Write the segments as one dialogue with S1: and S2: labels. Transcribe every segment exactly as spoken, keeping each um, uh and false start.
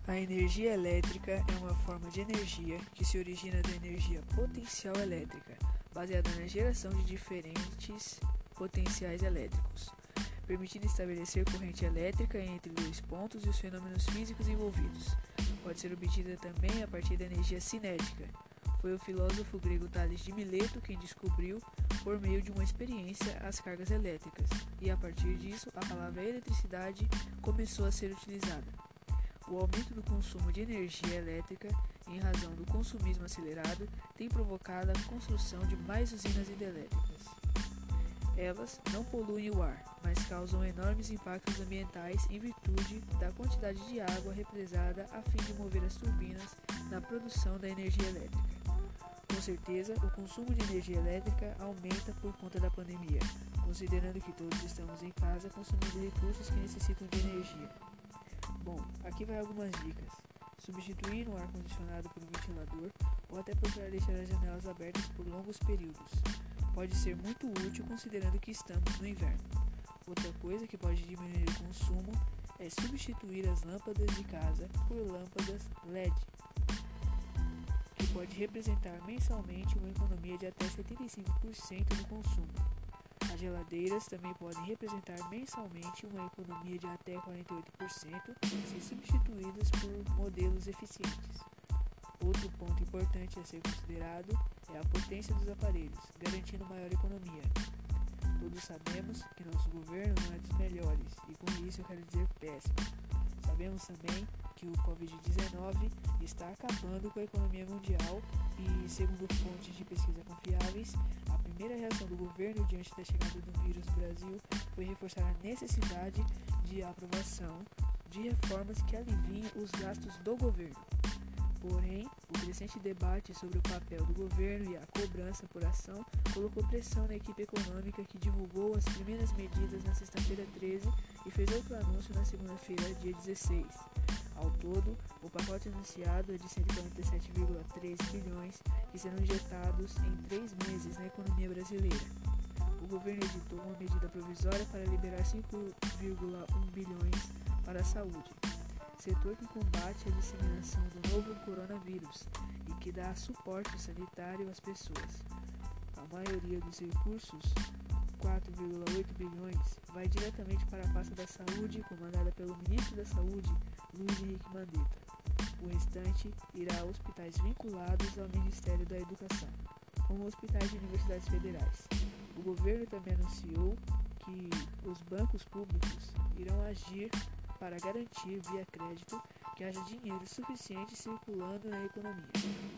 S1: A energia elétrica é uma forma de energia que se origina da energia potencial elétrica, baseada na geração de diferentes potenciais elétricos, permitindo estabelecer corrente elétrica entre dois pontos e os fenômenos físicos envolvidos. Pode ser obtida também a partir da energia cinética. Foi o filósofo grego Tales de Mileto quem descobriu, por meio de uma experiência, as cargas elétricas, e a partir disso a palavra eletricidade começou a ser utilizada. O aumento do consumo de energia elétrica, em razão do consumismo acelerado, tem provocado a construção de mais usinas hidrelétricas. Elas não poluem o ar, mas causam enormes impactos ambientais em virtude da quantidade de água represada a fim de mover as turbinas na produção da energia elétrica. Com certeza, o consumo de energia elétrica aumenta por conta da pandemia, considerando que todos estamos em casa consumindo recursos que necessitam de energia. Bom, aqui vai algumas dicas. Substituir um ar-condicionado por um ventilador ou até procurar deixar as janelas abertas por longos períodos. Pode ser muito útil considerando que estamos no inverno. Outra coisa que pode diminuir o consumo é substituir as lâmpadas de casa por lâmpadas L E D, que pode representar mensalmente uma economia de até setenta e cinco por cento no consumo. As geladeiras também podem representar mensalmente uma economia de até quarenta e oito por cento se substituídas por modelos eficientes. Outro ponto importante a ser considerado é a potência dos aparelhos, garantindo maior economia. Todos sabemos que nosso governo não é dos melhores, e com isso eu quero dizer péssimo. Sabemos também que o covid dezenove está acabando com a economia mundial e, segundo fontes de pesquisa confiáveis, a primeira reação do governo diante da chegada do vírus no Brasil foi reforçar a necessidade de aprovação de reformas que aliviem os gastos do governo. Porém, o crescente debate sobre o papel do governo e a cobrança por ação colocou pressão na equipe econômica, que divulgou as primeiras medidas na sexta-feira treze e fez outro anúncio na segunda-feira, dia dezesseis. Ao todo, o pacote anunciado é de cento e quarenta e sete vírgula três bilhões que serão injetados em três meses na economia brasileira. O governo editou uma medida provisória para liberar cinco vírgula um bilhões para a saúde, setor que combate a disseminação do novo coronavírus e que dá suporte sanitário às pessoas. A maioria dos recursos, quatro vírgula oito bilhões, vai diretamente para a pasta da saúde, comandada pelo ministro da Saúde, Luiz Henrique Mandetta. O restante irá a hospitais vinculados ao Ministério da Educação, como hospitais de universidades federais. O governo também anunciou que os bancos públicos irão agir para garantir, via crédito, que haja dinheiro suficiente circulando na economia.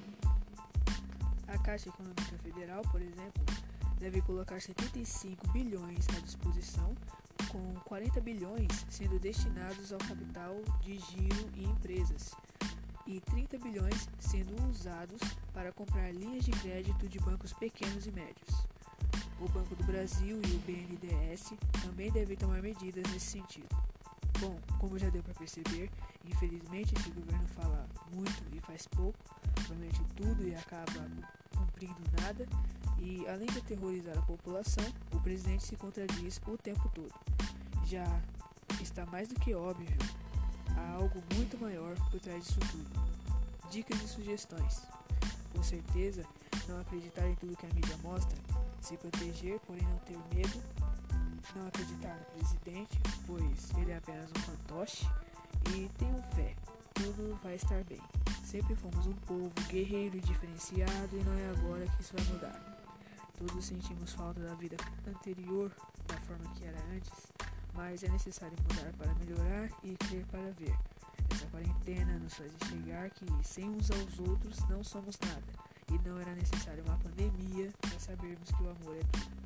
S1: A Caixa Econômica Federal, por exemplo, deve colocar setenta e cinco bilhões à disposição, com quarenta bilhões sendo destinados ao capital de giro e empresas, e trinta bilhões sendo usados para comprar linhas de crédito de bancos pequenos e médios. O Banco do Brasil e o B N D E S também devem tomar medidas nesse sentido. Bom, como já deu para perceber, infelizmente esse governo fala muito e faz pouco, promete tudo e acaba cumprindo nada, e além de aterrorizar a população, o presidente se contradiz o tempo todo. Já está mais do que óbvio, há algo muito maior por trás disso tudo. Dicas e sugestões. Com certeza, não acreditar em tudo que a mídia mostra, se proteger, porém não ter medo, não acreditar no presidente, pois ele é apenas um fantoche, e tenham fé, tudo vai estar bem. Sempre fomos um povo guerreiro e diferenciado, e não é agora que isso vai mudar. Todos sentimos falta da vida anterior, da forma que era antes, mas é necessário mudar para melhorar e crer para ver. Essa quarentena nos faz enxergar que sem uns aos outros não somos nada, e não era necessário uma pandemia para sabermos que o amor é tudo.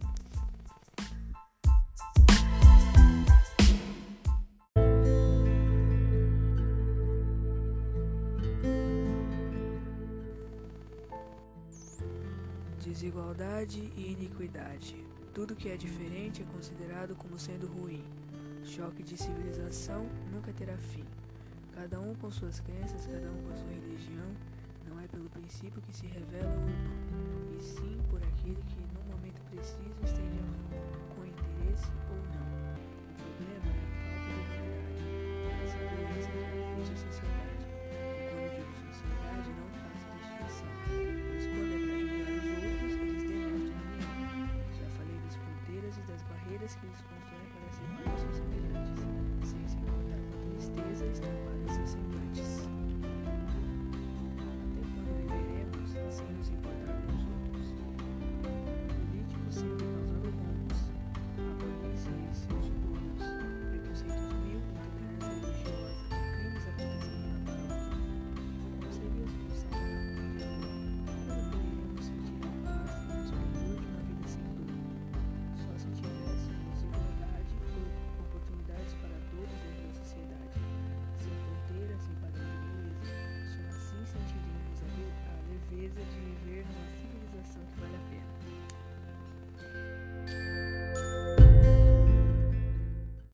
S1: Desigualdade e iniquidade. Tudo que é diferente é considerado como sendo ruim. Choque de civilização nunca terá fim. Cada um com suas crenças, cada um com a sua religião, não é pelo princípio que se revela o irmão.